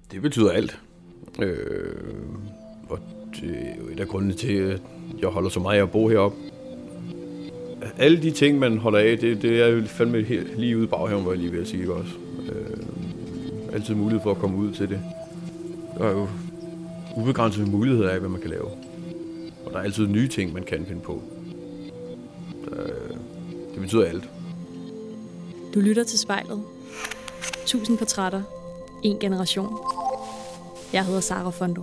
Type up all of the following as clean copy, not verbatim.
Det betyder alt. Og det er jo et af grundene til, at jeg holder så meget af at bo heroppe. Alle de ting, man holder af, det er jo fandme lige ude i baghaven, hvor jeg lige vil sige også. Altid mulighed for at komme ud til det. Der er jo ubegrænsede muligheder af, hvad man kan lave. Og der er altid nye ting, man kan finde på. Det betyder alt. Du lytter til Spejlet. 1000 portrætter. En generation. Jeg hedder Sara Fondo.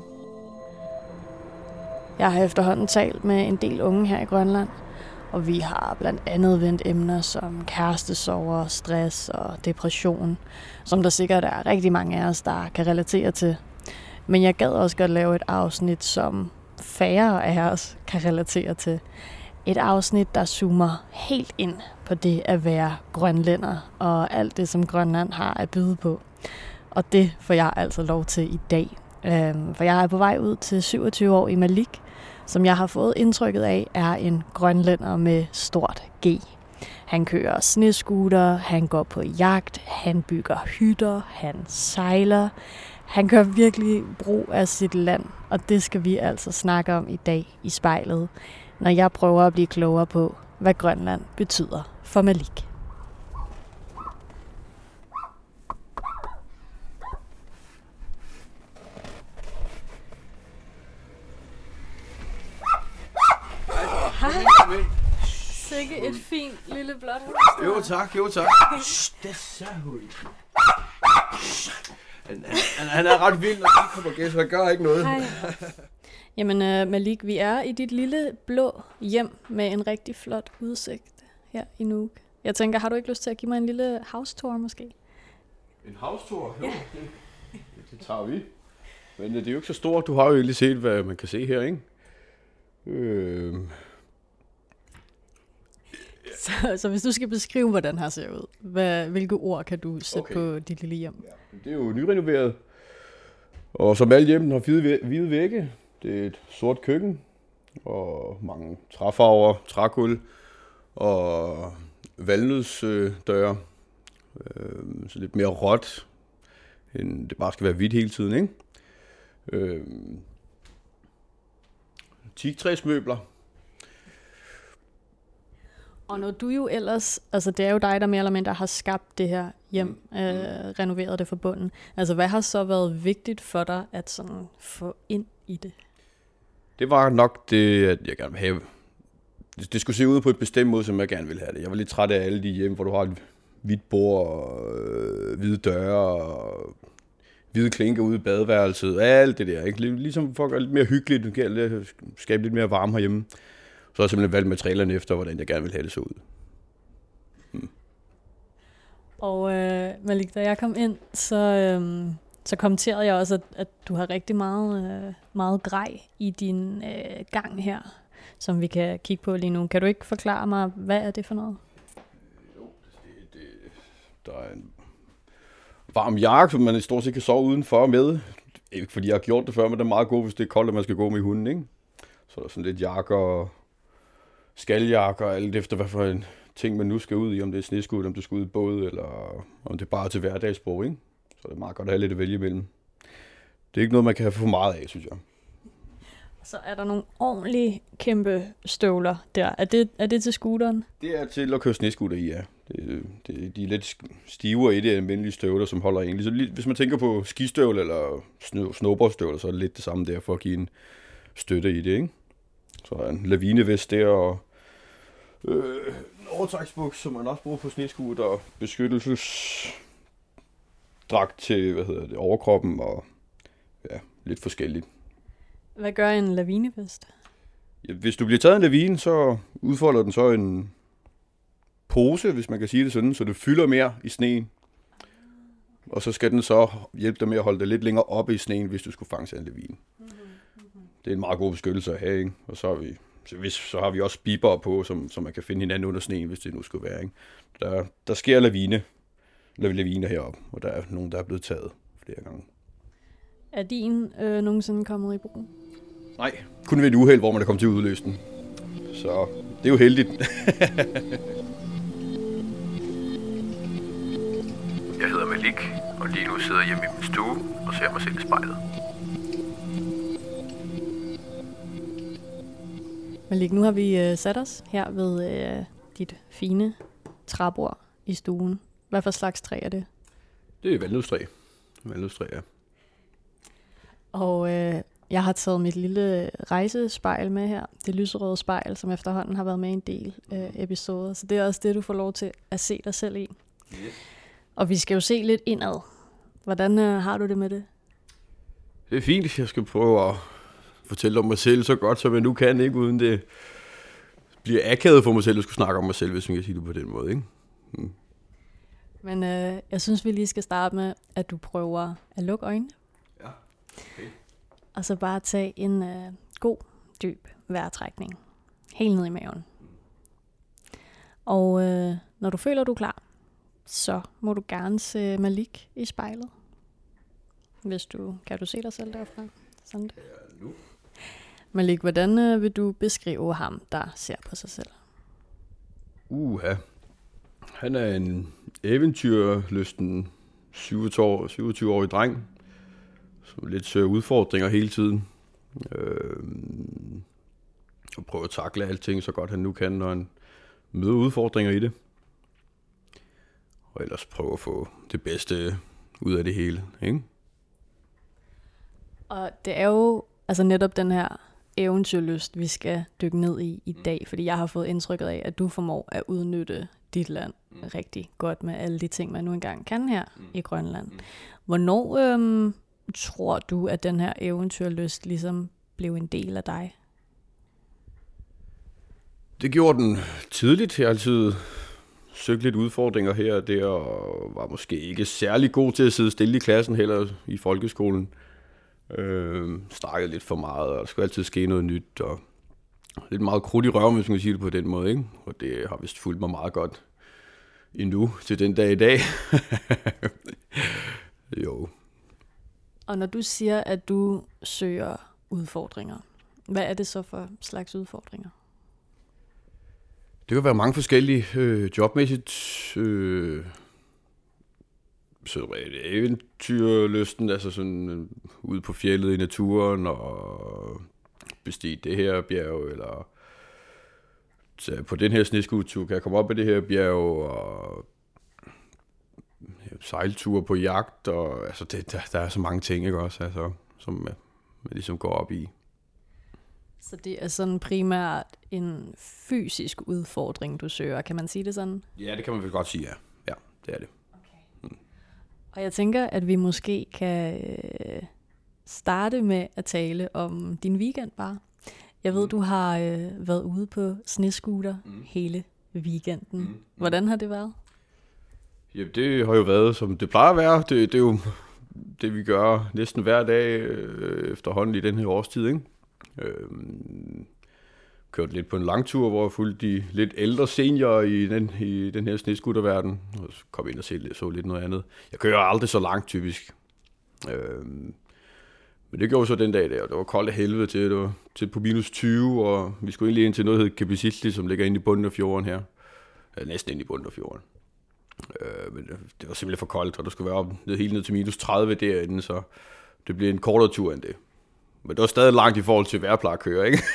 Jeg har efterhånden talt med en del unge her i Grønland, og vi har blandt andet vendt emner som kærestesorger, stress og depression, som der sikkert er rigtig mange af os, der kan relatere til. Men jeg gad også godt lave et afsnit, som færre af os kan relatere til. Et afsnit, der zoomer helt ind på det at være grønlænder og alt det, som Grønland har at byde på. Og det får jeg altså lov til i dag. For jeg er på vej ud til 27 år i Malik, som jeg har fået indtrykket af, er en grønlænder med stort G. Han kører snescooter, han går på jagt, han bygger hytter, han sejler. Han gør virkelig brug af sit land, og det skal vi altså snakke om i dag i Spejlet, når jeg prøver at blive klogere på, hvad Grønland betyder for Malik. Hej. Sikke et fint lille blåt hus. Jo tak. Det er så hurtigt. Han er ret vild, når han kommer gæster, han gør ikke noget. Hej. Jamen Malik, vi er i dit lille blå hjem med en rigtig flot udsigt her i Nuuk. Jeg tænker, har du ikke lyst til at give mig en lille house tour måske? En house tour? Jo, det tager vi. Men det er jo ikke så stort. Du har jo lige set, hvad man kan se her, ikke? Så hvis du skal beskrive, hvordan her ser ud, hvilke ord kan du sætte på dit lille hjem? Ja, det er jo nyrenoveret. Og som alle hjem har hvide vægge. Det er et sort køkken. Og mange træfarver, trækul og valnødsdøre. Så lidt mere råt, end det bare skal være hvidt hele tiden, ikke? Teaktræsmøbler. Og når du jo ellers, altså det er jo dig, der mere eller mindre har skabt det her hjem, renoveret det fra bunden. Altså hvad har så været vigtigt for dig at sådan få ind i det? Det var nok det, at jeg gerne vil have. Det skulle se ud på et bestemt måde, som jeg gerne ville have det. Jeg var lidt træt af alle de hjem, hvor du har et hvidt bord og hvide døre og hvide klinker ude i badeværelset. Alt det der, ikke? Ligesom for at gøre lidt mere hyggeligt, skabe lidt mere varme herhjemme. Så har jeg simpelthen valgt materialerne efter, hvordan jeg gerne vil have det så ud. Og Malik, da jeg kom ind, så kommenterede jeg også, at du har rigtig meget grej i din gang her, som vi kan kigge på lige nu. Kan du ikke forklare mig, hvad er det for noget? Jo, der er en varm jakke, som man stort set kan sove udenfor med. Ikke fordi jeg har gjort det før, men det er meget godt, hvis det er koldt, at man skal gå med hunden, ikke? Så er der sådan lidt jakker og skaljakker, alt efter hvad for en ting man nu skal ud i, om det er sneskud, om du skal ud i båd, eller om det er bare til hverdagsbrug, ikke? Så det er meget godt at have lidt at vælge imellem. Det er ikke noget, man kan have for meget af, synes jeg. Så er der nogle ordentlige kæmpe støvler der. Er det til scooteren? Det er til at køre snescooter i, ja. De er lidt stivere i det almindelige støvler, som holder egentlig. Så hvis man tænker på skistøvler eller snowboardstøvler, så er det lidt det samme der for at give en støtte i det, ikke? Så er en lavinevest der, og en overtræksbuks, som man også bruger på snescooter, og beskyttelsesdragt til, overkroppen, og ja, lidt forskelligt. Hvad gør en lavinevest? Ja, hvis du bliver taget en lavine, så udfolder den så en pose, hvis man kan sige det sådan, så det fylder mere i sneen. Og så skal den så hjælpe dig med at holde det lidt længere oppe i sneen, hvis du skulle fange en lavine. Det er en meget god beskyttelse at have, ikke? Og så har vi også biber på, som man kan finde hinanden under sneen, hvis det nu skulle være, ikke? Der sker laviner heroppe, og der er nogen, der er blevet taget flere gange. Er din nogensinde kommet i brug? Nej, kun ved et uheld, hvor man er kommet til at udløse den. Så det er jo heldigt. Jeg hedder Malik, og lige nu sidder jeg hjemme i min stue og ser mig selv i spejlet. Malik, nu har vi sat os her ved dit fine træbord i stuen. Hvad for slags træ er det? Det er valnødstræ. Ja. Og jeg har taget mit lille rejsespejl med her. Det lyserøde spejl, som efterhånden har været med i en del episoder. Så det er også det, du får lov til at se dig selv i. Yes. Og vi skal jo se lidt indad. Hvordan har du det med det? Det er fint. Jeg skal prøve at fortælle om mig selv så godt, som jeg nu kan, ikke? Uden det bliver akavet for mig selv at skulle snakke om mig selv, hvis man kan sige det på den måde, ikke? Men jeg synes, vi lige skal starte med, at du prøver at lukke øjnene. Ja, okay. Og så bare tage en god, dyb vejrtrækning. Helt ned i maven. Og når du føler, du er klar, så må du gerne se Malik i spejlet. Kan du se dig selv derfra? Sådan der. Ja, nu. Malik, hvordan vil du beskrive ham, der ser på sig selv? Han er en eventyrlysten 27-årig dreng, som lidt søger udfordringer hele tiden. Og prøver at takle alting så godt han nu kan, når han møder udfordringer i det. Og ellers prøver at få det bedste ud af det hele, ikke? Og det er jo altså netop den her eventyrlyst, vi skal dykke ned i dag, fordi jeg har fået indtrykket af, at du formår at udnytte dit land rigtig godt med alle de ting, man nu engang kan her i Grønland. Hvornår tror du, at den her eventyrlyst ligesom blev en del af dig? Det gjorde den tidligt. Jeg har altid søgt lidt udfordringer her og der, og var måske ikke særlig god til at sidde stille i klassen heller i folkeskolen. Snakkede lidt for meget, og der skulle altid ske noget nyt, og lidt meget krudt i røven, hvis man kan sige det på den måde, ikke? Og det har vist fulgt mig meget godt endnu til den dag i dag. Jo. Og når du siger, at du søger udfordringer, hvad er det så for slags udfordringer? Det kan være mange forskellige jobmæssigt. Så eventyrlysten, altså sådan ude på fjeldet i naturen og bestige det her bjerg, eller på den her sneskutur kan jeg komme op ad det her bjerg, og sejlture på jagt, og altså der er så mange ting, ikke også, altså, som man ligesom går op i. Så det er sådan primært en fysisk udfordring, du søger, kan man sige det sådan? Ja, det kan man vel godt sige, ja. Ja, det er det. Og jeg tænker, at vi måske kan starte med at tale om din weekend bare. Jeg ved, du har været ude på snescooter hele weekenden. Hvordan har det været? Jamen, det har jo været, som det plejer at være. Det er jo det, vi gør næsten hver dag efterhånden i den her årstid, ikke? Kørte lidt på en langtur, hvor jeg fulgte de lidt ældre seniorer i den her snescooterverden, og så kom ind og så lidt noget andet. Jeg kører aldrig så langt, typisk. Men det gjorde så den dag der, og det var koldt af helvede til. Det var til på minus 20, og vi skulle egentlig ind til noget, der hedder Kapasitli, som ligger inde i bunden af fjorden her. Næsten inde i bunden af fjorden. Men det var simpelthen for koldt, og der skulle være helt ned til minus 30 derinde, så det blev en kortere tur end det. Men det var stadig langt i forhold til, hvad jeg plejer at køre, ikke?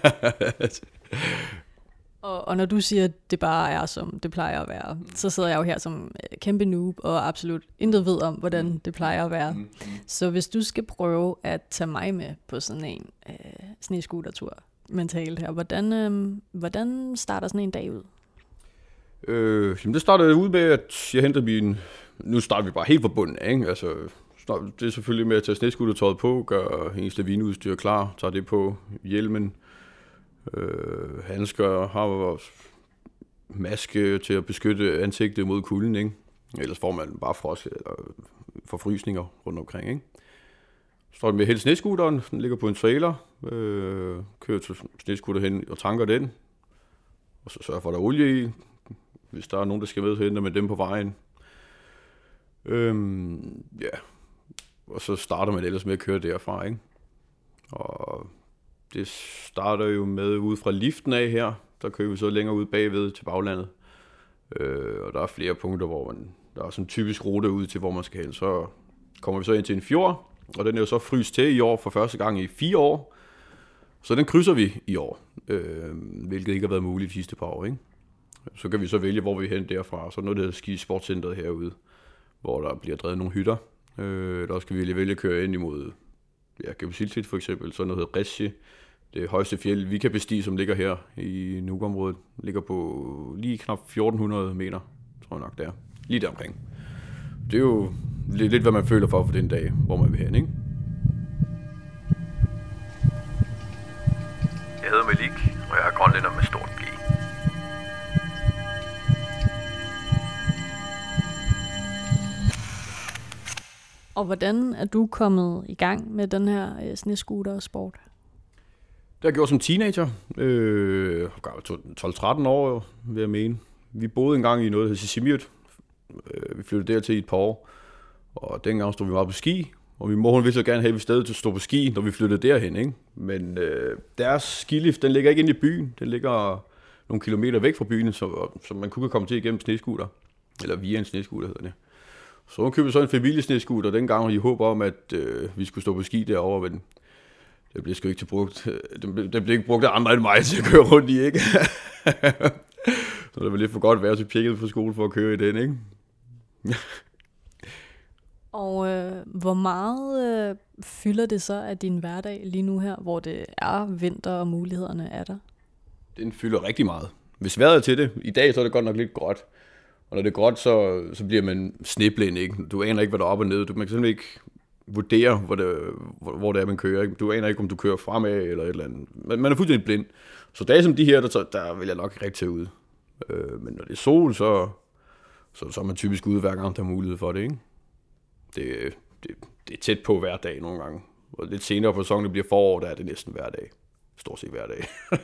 Og når du siger, at det bare er, som det plejer at være, så sidder jeg jo her som kæmpe noob, og absolut intet ved om, hvordan det plejer at være. Så hvis du skal prøve at tage mig med på sådan en snescootertur mentalt her, hvordan starter sådan en dag ud? Jamen det startede ud med, at jeg hentede nu starter vi bare helt fra bunden af, ikke? Altså, det er selvfølgelig med at tage snescootertøjet på, gøre ens lavineudstyr klar, tager det på, hjelmen, handsker, har maske til at beskytte ansigtet mod kulden, ikke? Ellers får man bare frost eller forfrysninger rundt omkring, ikke? Så står det med hele snescooteren, den ligger på en trailer, kører til snescooter hen og tanker den, og så sørger for, at der er olie i, hvis der er nogen, der skal med, så henter man dem på vejen. Ja, og så starter man ellers med at køre derfra, ikke? Og det starter jo med ude fra liften af her, der kører vi så længere ud bagved til baglandet. Og der er flere punkter, hvor der er sådan en typisk rute ud til, hvor man skal hen. Så kommer vi så ind til en fjord, og den er jo så fryst til i år for første gang i 4 år. Så den krydser vi i år, hvilket ikke har været muligt de sidste par år, ikke? Så kan vi så vælge, hvor vi er hen derfra. Så er noget, der hedder skisportcenteret herude, hvor der bliver drevet nogle hytter. Der skal vi vælge at køre ind imod Geosiltit for eksempel, så noget hedder Resje. Det højeste fjeld, vi kan bestige, som ligger her i Nuuk-området, ligger på lige knap 1400 meter, tror jeg nok der. Lige der omkring. Det er jo lidt, hvad man føler for den dag, hvor man vil hen, ikke? Jeg hedder Malik, og jeg er grønlænder med stort G. Og hvordan er du kommet i gang med den her snescootersport? Det har jeg gjort som teenager. 12-13 år, vil jeg mene. Vi boede engang i noget, der hed Sisimiut. Vi flyttede dertil i et par år. Og dengang stod vi meget på ski. Og min mor, hun ville så gerne have, at vi stadig stod på ski, når vi flyttede derhen, ikke? Men deres skilift, den ligger ikke inde i byen. Den ligger nogle kilometer væk fra byen, så man kunne komme til igennem snescooter. Eller via en snescooter, hedder det. Så hun købte så en familiesnescooter dengang, i håb om, at vi skulle stå på ski derovre, men det blev sgu ikke til brugt. Den blev ikke brugt af andre end mig til at køre rundt i, ikke? Så det var lidt for godt at være til pjekket på skole for at køre i den, ikke? Og hvor meget fylder det så af din hverdag lige nu her, hvor det er vinter og mulighederne er der? Den fylder rigtig meget. Hvis vejret er til det, i dag så er det godt nok lidt gråt. Og når det er gråt, så bliver man sneblind, ikke? Du aner ikke, hvad der er op og ned. Man kan simpelthen ikke vurdere, hvor det er, man kører, ikke? Du aner ikke, om du kører fremad eller et eller andet. Man er fuldstændig blind. Så dage som de her, der vil jeg nok ikke rigtig tage ud. Men når det er sol, så er man typisk ude hver gang, der er mulighed for det, ikke? Det er tæt på hver dag nogle gange. Og lidt senere på sæsonen, det bliver forår, der er det næsten hver dag. Stort set hver dag.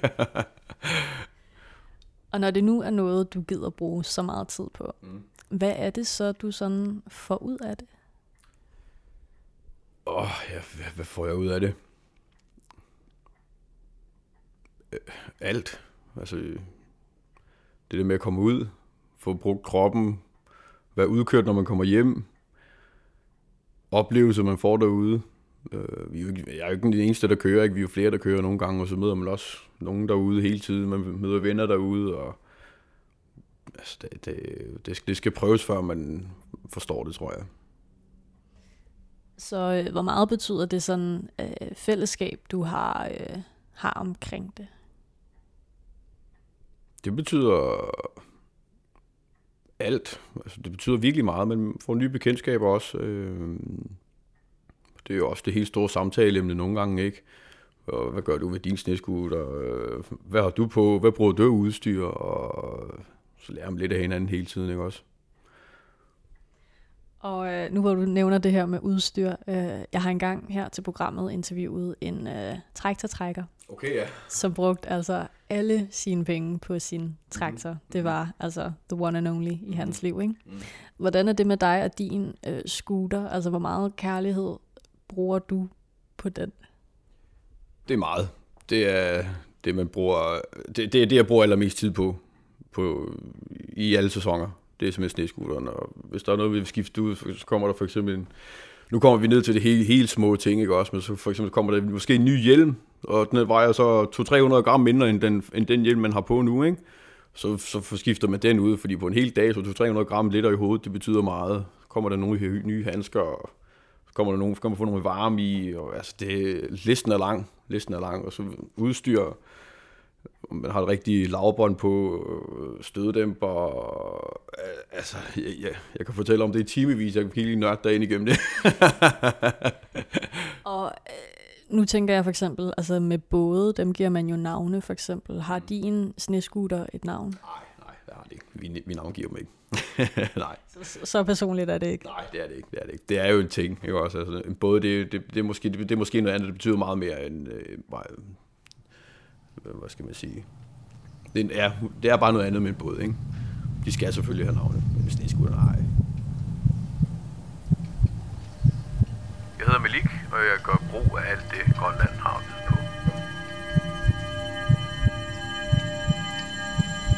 Og når det nu er noget, du gider bruge så meget tid på, hvad er det så, du sådan får ud af det? Hvad får jeg ud af det? Alt. Altså, det der med at komme ud, få brugt kroppen, være udkørt, når man kommer hjem, oplevelser, man får derude. Jeg er jo ikke den eneste, der kører, ikke? Vi er jo flere, der kører nogle gange, og så møder man også nogen derude hele tiden. Man møder venner derude, og altså, det skal prøves, før man forstår det, tror jeg. Så hvor meget betyder det sådan fællesskab, du har omkring det? Det betyder alt. Altså, det betyder virkelig meget. Man får nye bekendtskaber også. Det er jo også det helt store samtaleemne nogle gange, ikke? Og hvad gør du ved din snescooter? Hvad har du på? Hvad bruger du udstyr? Og så lærer man lidt af hinanden hele tiden, ikke også? Og nu hvor du nævner det her med udstyr, jeg har engang her til programmet interviewet en traktortrækker, okay, ja. som brugte altså alle sine penge på sin traktor. Det var altså the one and only i hans liv, ikke? Hvordan er det med dig og din scooter? Altså hvor meget kærlighed bruger du på den? Det er meget. Det er det, man bruger. Det er det, jeg bruger allermest tid på i alle sæsoner. Det er simpelthen snescooteren, og hvis der er noget, vi vil skifte ud, så kommer der for eksempel nu kommer vi ned til det helt små ting, ikke også, men så for eksempel kommer der måske en ny hjelm, og den vejer så 200-300 gram mindre end den hjelm, man har på nu, ikke? Så skifter man den ud, fordi på en hel dag, så 200-300 gram letter i hovedet, det betyder meget. Så kommer der nogle nye handsker, og så kommer der nogen, så kan man få nogle varme i, og altså listen er lang, og så udstyr. Man har et rigtig lavbånd på, støddæmper, altså, jeg kan fortælle om det i timevis, jeg kan helt nørde derinde igennem det. Og nu tænker jeg for eksempel, altså med både, dem giver man jo navne for eksempel. Har din snescooter et navn? Nej, det har det ikke. Vi navn giver dem ikke. Nej. Så personligt er det ikke? Nej, det er det ikke. Det er jo en ting, ikke også? Altså, både det er måske noget andet, det betyder meget mere end hvad skal man sige? Det er bare noget andet med en båd, ikke? De skal selvfølgelig have navne, men hvis det skulle nej. Jeg hedder Malik, og jeg gør brug af alt det, Grønland har at byde på.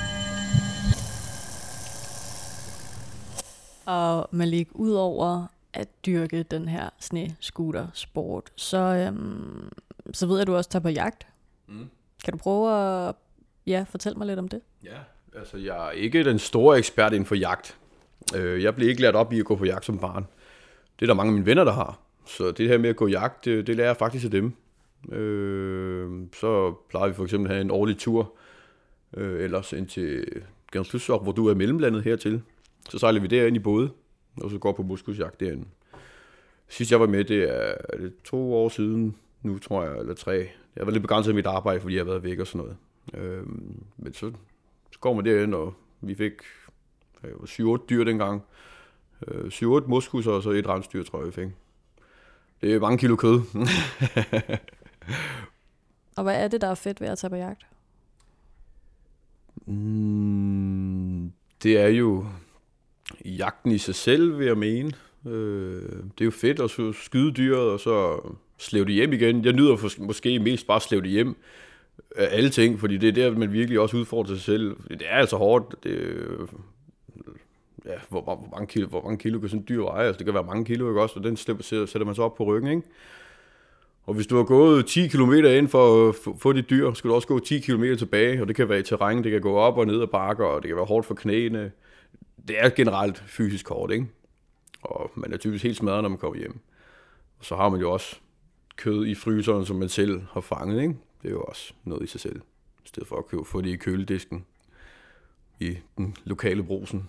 Og Malik, ud over at dyrke den her snescootersport, så ved jeg, at du også tager på jagt. Kan du prøve at fortælle mig lidt om det? Ja, altså jeg er ikke den store ekspert inden for jagt. Jeg blev ikke lært op i at gå på jagt som barn. Det er der mange af mine venner, der har. Så det her med at gå jagt, det lærer jeg faktisk af dem. Så plejer vi for eksempel at have en årlig tur, ellers ind til Gernslyssok, hvor du er mellemlandet hertil. Så sejler vi derinde i både, og så går på moskusjagt derinde. Sidst jeg var med, det er 2 år siden nu, tror jeg, eller 3. Jeg var lidt begrænset i mit arbejde, fordi jeg har været væk og sådan noget. Men så går man derinde, og vi fik 7-8 dyr dengang. 7-8 moskusser og så et rensdyr, tror jeg, vi fik. Det er mange kilo kød. Og hvad er det, der er fedt ved at tage på jagt? Det er jo jagten i sig selv, vil jeg mene. Det er jo fedt at skyde dyret, og så slæve det hjem igen. Jeg nyder måske mest bare at slæve det hjem af alle ting, fordi det er der, man virkelig også udfordrer sig selv. Det er altså hårdt. Hvor mange kilo kan sådan en dyr veje? Altså, det kan være mange kilo, ikke også? Og den sætter man så op på ryggen, ikke? Og hvis du har gået 10 km ind for at få dit dyr, skal du også gå 10 km tilbage, og det kan være i terræn, det kan gå op og ned ad bakker, og det kan være hårdt for knæene. Det er generelt fysisk hårdt, ikke? Og man er typisk helt smadret, når man kommer hjem. Og så har man jo også kød i fryseren, som man selv har fanget, ikke? Det er jo også noget i sig selv, i stedet for at få det i køledisken i den lokale Brugsen.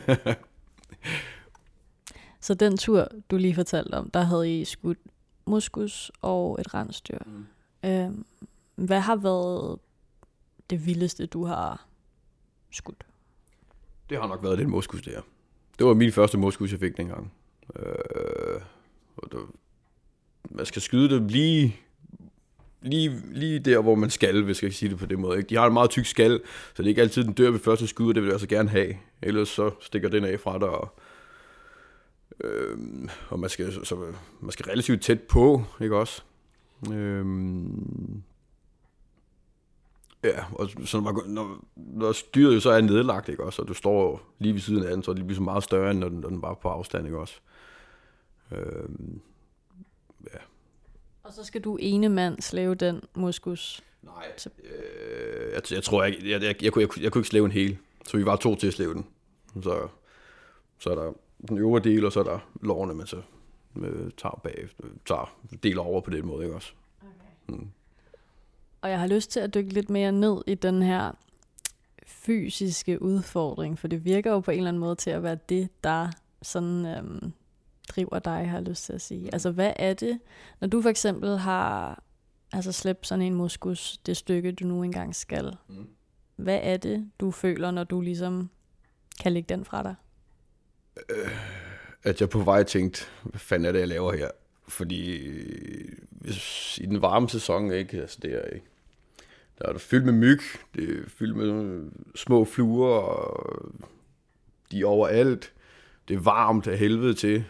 Så den tur, du lige fortalte om, der havde I skudt moskus og et rensdyr. Hvad har været det vildeste, du har skudt? Det har nok været den moskus der. Det var min første moskus, jeg fik dengang. Man skal skyde det lige der, hvor man skal, hvis jeg kan sige det på den måde. Ikke? De har en meget tyk skal, så det er ikke altid den dør ved første skud, og det vil jeg altså gerne have. Ellers så stikker den af fra dig, og man skal relativt tæt på, ikke også? Ja, og så når dyret jo så er nedlagt, ikke også, og du står lige ved siden af den, så er det lige så meget større, end når den bare er på afstand, ikke også? Ja. Og så skal du ene mand slæve den moskus? Nej, jeg tror ikke, jeg kunne ikke slæve en hel, så vi var 2 til at slæve den. Så er der den øvre del, og så er der lårene, man så deler over på den måde, ikke også? Okay. Og jeg har lyst til at dykke lidt mere ned i den her fysiske udfordring, for det virker jo på en eller anden måde til at være det, der sådan driver dig, har jeg lyst til at sige. Altså, hvad er det, når du for eksempel har slæbt sådan en moskus, det stykke, du nu engang skal? Hvad er det, du føler, når du ligesom kan lægge den fra dig? At jeg på vej tænkte, hvad fanden er det, jeg laver her? Fordi i den varme sæson, ikke? Altså der er det fyldt med myg, det er fyldt med små fluer, og de er overalt. Det er varmt af helvede til.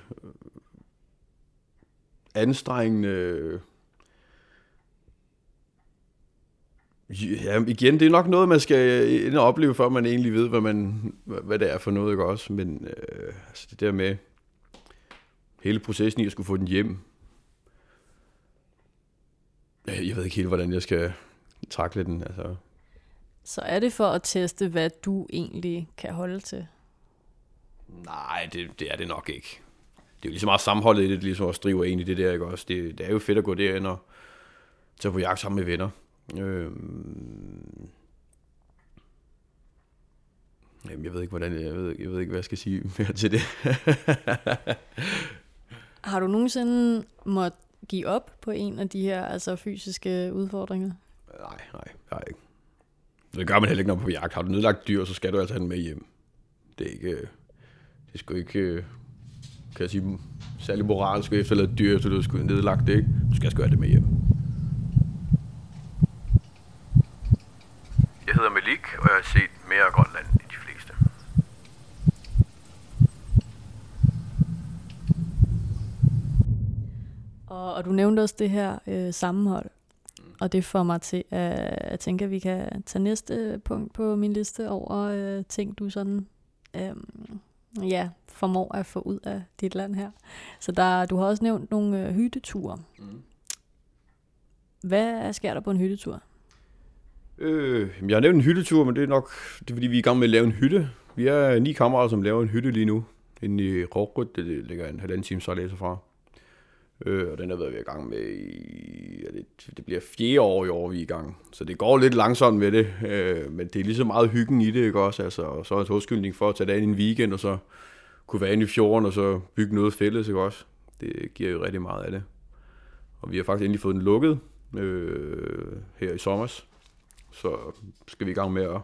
Anstrengende. Ja, igen, det er nok noget, man skal ind og opleve, før man egentlig ved, hvad det er for noget, ikke også? Men altså det der med hele processen i at skulle få den hjem. Jeg ved ikke helt, hvordan jeg skal takle den. Altså. Så er det for at teste, hvad du egentlig kan holde til? Nej, det er det nok ikke. Det er jo lige så meget sammenholdet i det, ligesom at drive ind i det der, ikke også? Det er jo fedt at gå derind og tage på jagt sammen med venner. Jamen, jeg ved ikke, jeg ved ikke, hvad jeg skal sige mere til det. Har du nogensinde måtte give op på en af de her fysiske udfordringer? Nej, jeg har ikke. Det gør man heller ikke, når man er på jagt. Har du nedlagt dyr, så skal du altså have den med hjem. Det er ikke... Det er sgu ikke... Kan jeg sige... Særlig moralsk efterlade dyr, efter du skulle nedlagt det, ikke? Du skal sgu have det med hjem. Jeg hedder Malik, og jeg har set mere af Grønland end de fleste. Og du nævnte også det her sammenhold. Og det får mig til at tænke, at vi kan tage næste punkt på min liste over ting, du sådan formår at få ud af dit land her. Så du har også nævnt nogle hytteture. Hvad sker der på en hyttetur? Jeg har nævnt en hyttetur, men det er fordi, vi er i gang med at lave en hytte. Vi er 9 kammerater, som laver en hytte lige nu. Inde i Rågrød, det ligger en 1,5 time sejlads fra. Og den har været vi i gang med det bliver 4. år i år, vi er i gang. Så det går lidt langsomt med det, men det er lige så meget hyggen i det, ikke også? Altså, og så er det undskyldning for at tage det ind i en weekend, og så kunne være inde i fjorden, og så bygge noget fælles, ikke også? Det giver jo rigtig meget af det. Og vi har faktisk endelig fået den lukket her i sommer. Så skal vi i gang med at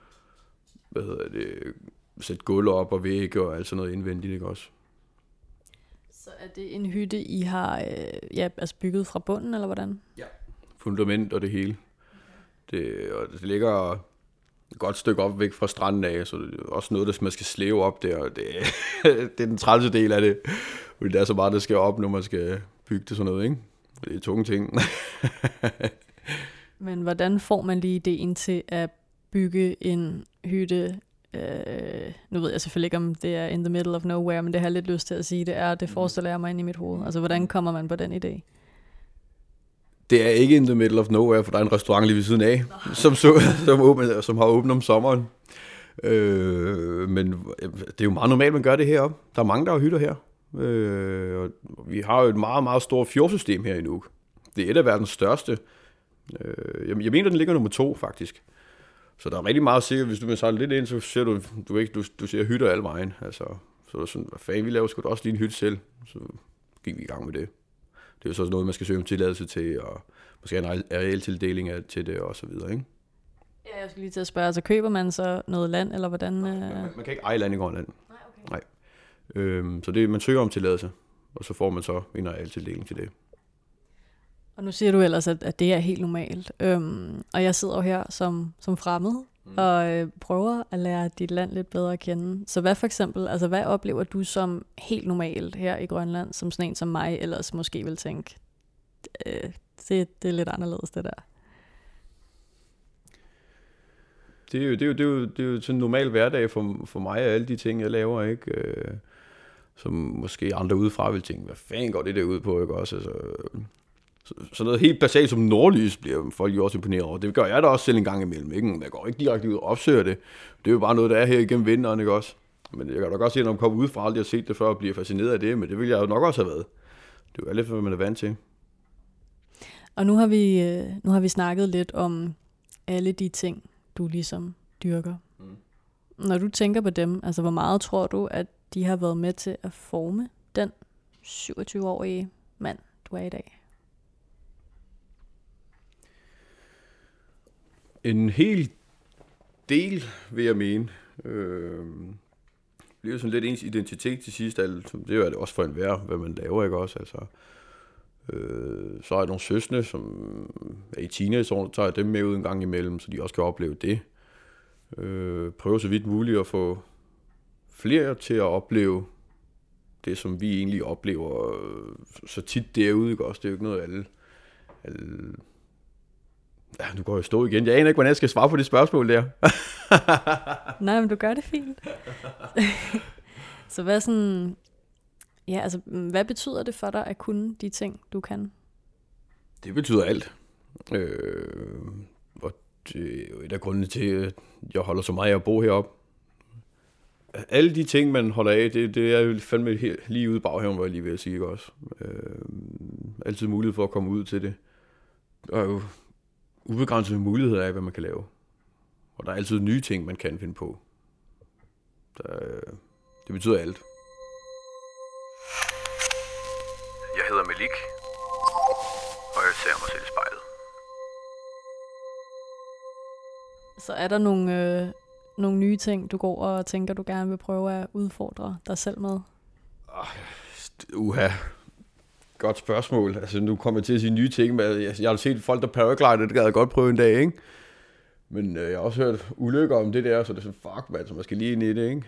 sætte gulv op og vægge og alt sådan noget indvendigt, ikke også? Så er det en hytte, I har bygget fra bunden, eller hvordan? Ja. Fundament og det hele. Det ligger et godt stykke op væk fra stranden af, så det er også noget, der man skal slæve op der. Og det er den trælte del af det. Fordi der er så meget, der skal op, når man skal bygge det sådan noget, ikke? Det er tunge ting. Men hvordan får man lige ideen til at bygge en hytte? Nu ved jeg selvfølgelig ikke, om det er in the middle of nowhere, men det har jeg lidt lyst til at sige, det forestiller jeg mig ind i mit hoved. Altså, hvordan kommer man på den idé? Det er ikke in the middle of nowhere, for der er en restaurant lige ved siden af, som har åbent om sommeren. Men det er jo meget normalt, man gør det heroppe. Der er mange, der har hytter her. Og vi har jo et meget, meget stort fjordsystem her i Nuuk. Det er et af verdens største. Jeg mener, den ligger nummer 2, faktisk. Så der er rigtig meget sikkert, hvis du vil sejle lidt ind, så ser du ser hytter alle vejen. Altså, så er der sådan, hvad fanden, vi laver sgu da også lige en hytte selv. Så gik vi i gang med det. Det er jo så noget, man skal søge om tilladelse til, og måske en arealtildeling til det, og så videre, ikke? Ja, jeg skulle lige til at spørge, så køber man så noget land, eller hvordan? Man kan ikke eje land i Grønland. Nej, okay. Nej. Så det, man søger om tilladelse, og så får man så en arealtildeling til det. Og nu siger du ellers, at det er helt normalt. Og jeg sidder jo her som fremmed, og prøver at lære dit land lidt bedre at kende. Så hvad for eksempel, altså hvad oplever du som helt normalt her i Grønland, som sådan en som mig ellers måske vil tænke, det er lidt anderledes det der? Det er jo sådan en normal hverdag for mig og alle de ting, jeg laver, ikke? Som måske andre udefra vil tænke, hvad fanden går det der ud på, ikke også? Altså, så noget helt basalt som nordlys bliver folk jo også imponeret over. Det gør jeg da også selv en gang imellem, ikke? Jeg går ikke direkte ud og opsøger det. Det er jo bare noget, der er her igennem vinteren, ikke også? Men jeg kan da godt se, at når man kommer udefra, aldrig har set det før og bliver fascineret af det, men det vil jeg jo nok også have været. Det er jo alt, hvad man er vant til. Og nu har vi snakket lidt om alle de ting, du ligesom dyrker. Når du tænker på dem, altså hvor meget tror du, at de har været med til at forme den 27-årige mand, du er i dag? En hel del, vil jeg mene. Bliver sådan lidt ens identitet til sidst. Altså, det er jo også for enhver, hvad man laver, ikke også? Altså, så er der nogle søstre, som er i teenageårene, tager jeg dem med ud en gang imellem, så de også kan opleve det. Prøve så vidt muligt at få flere til at opleve det, som vi egentlig oplever så tit derude, ikke også? Det er jo ikke noget alle. Ja, nu går jeg stå igen. Jeg aner ikke, hvordan jeg skal svare på det spørgsmål der. Nej, men du gør det fint. Så hvad betyder det for dig at kunne de ting, du kan? Det betyder alt. Og det er jo et af grundene til, at jeg holder så meget af at bo heroppe. Alle de ting, man holder af, det er jo fandme lige ude i baghaven, hvor jeg lige vil sige, ikke også? Altid mulighed for at komme ud til det. Der er jo ubegrænsede muligheder af, hvad man kan lave. Og der er altid nye ting, man kan finde på. Det betyder alt. Jeg hedder Malik, og jeg ser mig selv i spejlet. Så er der nogle nye ting, du går og tænker, du gerne vil prøve at udfordre dig selv med? Godt spørgsmål. Altså, nu kommer jeg til at sige nye ting, men jeg har set folk, der paraglider, det gad jeg godt prøve en dag, ikke? Men jeg har også hørt ulykker om det der, så det er sådan, fuck, man, så man skal lige ind i det, ikke?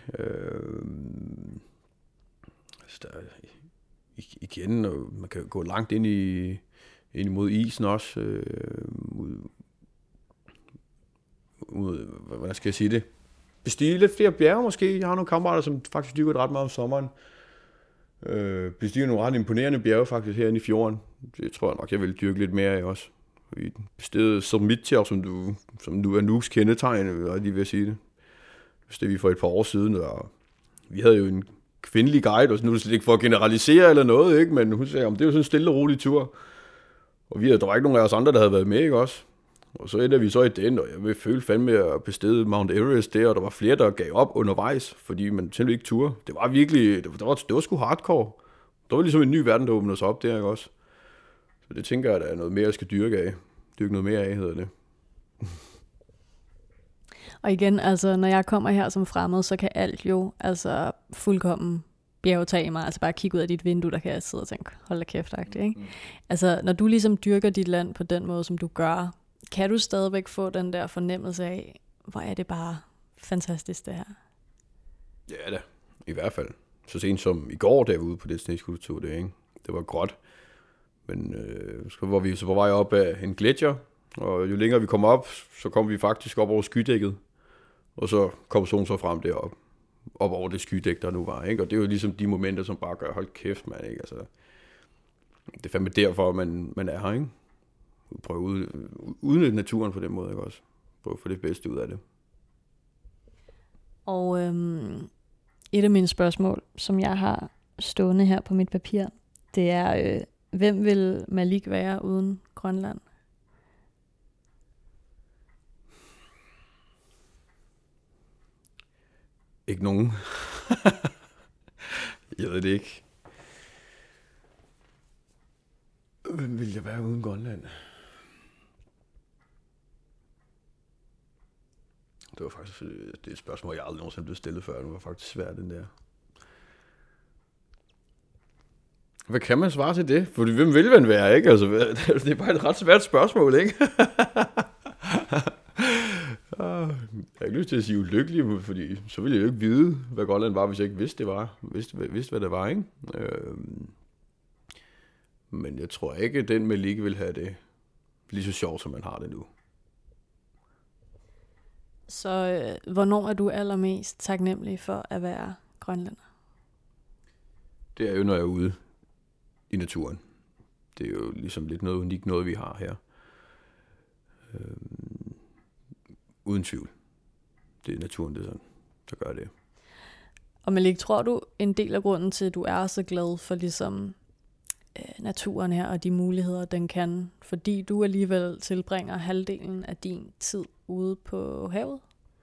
Igen, og man kan gå langt ind imod isen også. Hvordan skal jeg sige det? bestige lidt flere bjerge måske. Jeg har nogle kammerater, som faktisk dykker ret meget om sommeren. Bestiger nogle ret imponerende bjerge faktisk herinde i fjorden. Det tror jeg nok, jeg vil dyrke lidt mere af også. I bestedet Sormitjer, som nu er Nuuks kendetegn, jeg lige vil sige det. Det vi for et par år siden, og vi havde jo en kvindelig guide, og nu er det slet ikke for at generalisere eller noget, ikke? Men hun sagde, det er jo sådan en stille og rolig tur. Og der var ikke nogen af os andre, der havde været med, ikke også? Og så endte vi så i den, og jeg vil føle fandme at bestede Mount Everest der, og der var flere, der gav op undervejs, fordi man simpelthen ikke turde. Det var virkelig, det var sgu hardcore. Det var ligesom en ny verden, der åbnede sig op der, ikke også? Så det tænker jeg, at der er noget mere, jeg skal dyrke noget mere af, hedder det. Og igen, altså når jeg kommer her som fremmed, så kan alt jo altså fuldkommen bjergtage mig. Altså bare kigge ud af dit vindue, der kan jeg sidde og tænke, hold da kæft-agtigt, ikke? Altså når du ligesom dyrker dit land på den måde, som du gør, kan du stadigvæk få den der fornemmelse af, hvor er det bare fantastisk det her? Ja da, i hvert fald. Så sent som i går, da jeg var ude på det sneskulptur, ikke? Det var gråt. Men så var vi så på vej op af en gletsjer, og jo længere vi kom op, så kom vi faktisk op over skydækket. Og så kom solen så frem deroppe, op over det skydæk, der nu var, ikke? Og det er jo ligesom de momenter, som bare gør, hold kæft, man, ikke? Altså, det er fandme derfor, man er her, ikke? Prøve at udnytte naturen på den måde, ikke også? Prøve at få det bedste ud af det. Og et af mine spørgsmål, som jeg har stående her på mit papir, det er, hvem vil Malik være uden Grønland? Ikke nogen. Jeg ved det ikke. Hvem vil jeg være uden Grønland? Det var faktisk det er et spørgsmål, jeg aldrig nogensinde blev stillet før. Det var faktisk svært, den der. Hvad kan man svare til det? Fordi hvem vil man være, ikke? Altså, det er bare et ret svært spørgsmål, ikke? Jeg har ikke lyst til at sige ulykkelig, fordi så ville jeg jo ikke vide, hvad Grønland var, hvis jeg ikke vidste, hvad det var, ikke? Men jeg tror ikke, at den Malik vil have det lige så sjovt, som man har det nu. Så hvornår er du allermest taknemmelig for at være grønlænder? Det er jo, når jeg er ude i naturen. Det er jo ligesom lidt noget unikt, noget vi har her. Uden tvivl. Det er naturen, det er sådan, der gør det. Og Malik, tror du en del af grunden til, at du er så glad for ligesom naturen her og de muligheder, den kan, fordi du alligevel tilbringer halvdelen af din tid ude på havet?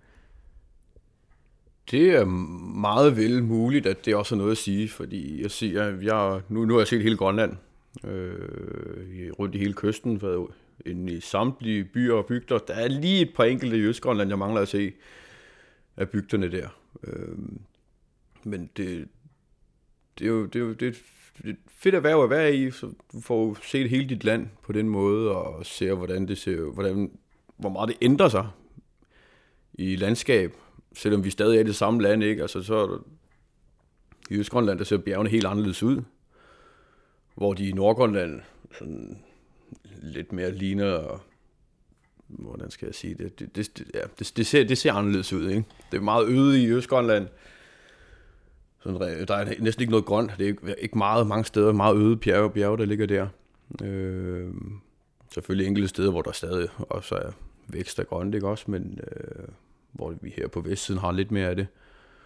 Det er meget vel muligt, at det også er noget at sige, fordi jeg siger, nu har jeg set hele Grønland, rundt i hele kysten, været inde i samtlige byer og bygder. Der er lige et par enkelte i Østgrønland, jeg mangler at se af bygderne der. Men det er jo et fedt erhverv at være i, så du får set hele dit land på den måde, og ser, hvor meget det ændrer sig i landskab, selvom vi stadig er i det samme land, ikke? Altså, så er der, i Østgrønland, der ser bjergene helt anderledes ud, hvor de i Nordgrønland sådan lidt mere ligner, hvordan skal jeg sige det, det ser anderledes ud, ikke? Det er meget øde i Østgrønland. Sådan, der er næsten ikke noget grønt. Det er ikke mange steder, meget øde bjerge, der ligger der. Selvfølgelig enkelte steder, hvor der stadig også er vækst af grønt, ikke også? Men hvor vi her på vestsiden har lidt mere af det.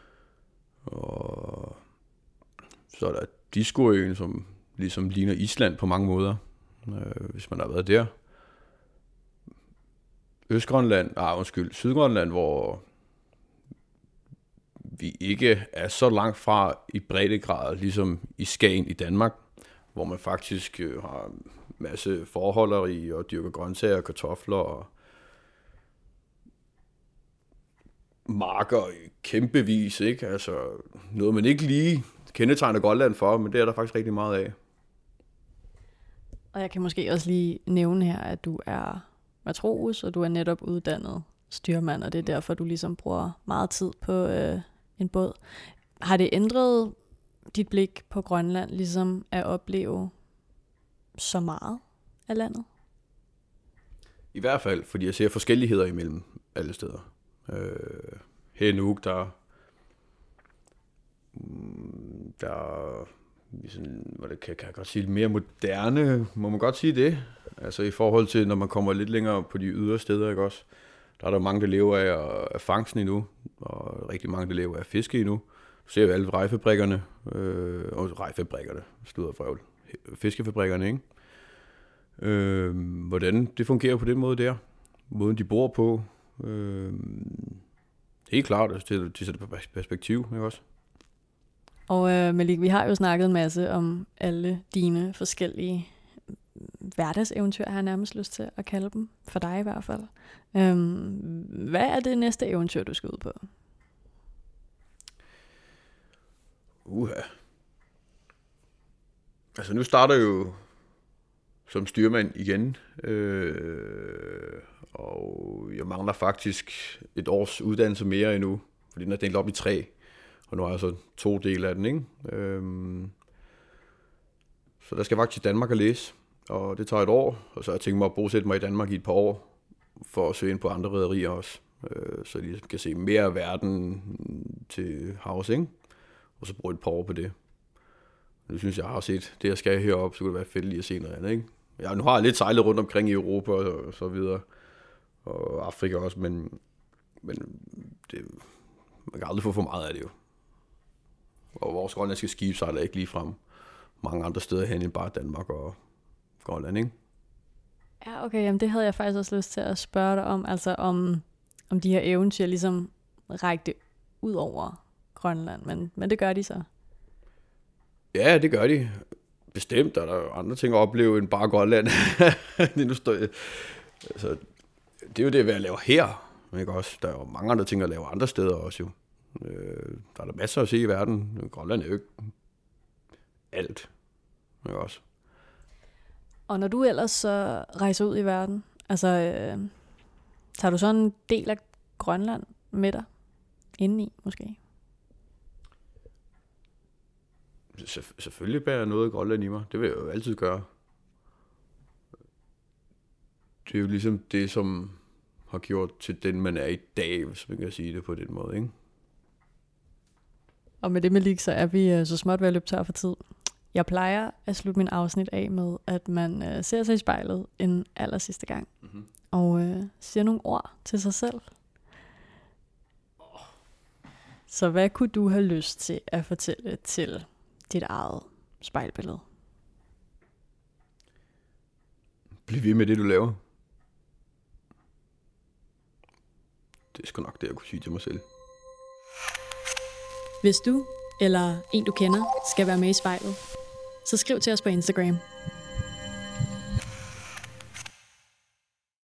Og så er der Diskoøen, som ligesom ligner Island på mange måder, hvis man har været der. Sydgrønland, hvor vi ikke er så langt fra i breddegrad, ligesom i Skagen i Danmark, hvor man faktisk har en masse forholderi og dyrker grøntsager og kartofler og marker i kæmpevis, ikke? Altså noget, man ikke lige kendetegner Grønland for, men det er der faktisk rigtig meget af. Og jeg kan måske også lige nævne her, at du er matros, og du er netop uddannet styrmand, og det er derfor, du ligesom bruger meget tid på en båd. Har det ændret dit blik på Grønland, ligesom at opleve så meget af landet? I hvert fald, fordi jeg ser forskelligheder imellem alle steder. her i Nuuk, der sådan, hvad det kan jeg godt sige, mere moderne, må man godt sige det. Altså i forhold til, når man kommer lidt længere på de ydre steder, ikke også? Der er der mange, der lever af fangsten endnu, og rigtig mange, der lever af fiske endnu. Du ser jo alle fiskefabrikkerne, ikke? Hvordan det fungerer på den måde der, måden de bor på. Helt klart, altså, til sætter på perspektiv, ikke også? Og Malik, vi har jo snakket en masse om alle dine forskellige hverdagseventyr, har jeg nærmest lyst til at kalde dem, for dig i hvert fald. Hvad er det næste eventyr, du skal ud på? Altså nu starter jeg jo som styrmand igen, og jeg mangler faktisk et års uddannelse mere endnu, fordi den er delt op i 3, og nu har jeg så 2 dele af den, ikke? Så der skal jeg faktisk til Danmark og læse, og det tager et år, og så har jeg tænkt mig at bosætte mig i Danmark i et par år, for at søge ind på andre rederier også, så de kan se mere af verden til havs, ikke? Og så bruge et par år på det. Nu synes jeg har set det, jeg skal heroppe, så kunne det være fedt lige at se noget andet, ikke? Nu har jeg lidt sejlet rundt omkring i Europa og så videre, og Afrika også, men det, man kan aldrig få for meget af det jo. Og vores grønlandske skib sejler ikke lige frem mange andre steder hen end bare Danmark og Grønland, ikke? Ja, okay, jamen det havde jeg faktisk også lyst til at spørge dig om, altså om de her eventyr ligesom rækte ud over Grønland, men det gør de så. Ja, det gør de. Bestemt, der er der andre ting at opleve end bare Grønland. Altså, det er jo det, hvad jeg laver her, ikke også? Der er jo mange andre ting at lave andre steder også jo. Der er der masser at se i verden. Grønland er jo ikke alt, ikke også? Og når du ellers så rejser ud i verden, altså tager du så en del af Grønland med dig indeni måske? Selvfølgelig bærer jeg noget af Grønland i mig. Det vil jeg jo altid gøre. Det er jo ligesom det, som har gjort til den, man er i dag, hvis man kan sige det på den måde, ikke? Og med det, Malik, så er vi så småt ved at løbe tør for tid. Jeg plejer at slutte min afsnit af med, at man ser sig i spejlet en aller sidste gang. Mm-hmm. Og siger nogle ord til sig selv. Så hvad kunne du have lyst til at fortælle til dit eget spejlbillede? Bliv ved med det, du laver. Det er sgu nok det, jeg kunne sige til mig selv. Hvis du eller en, du kender, skal være med i spejlet, så skriv til os på Instagram.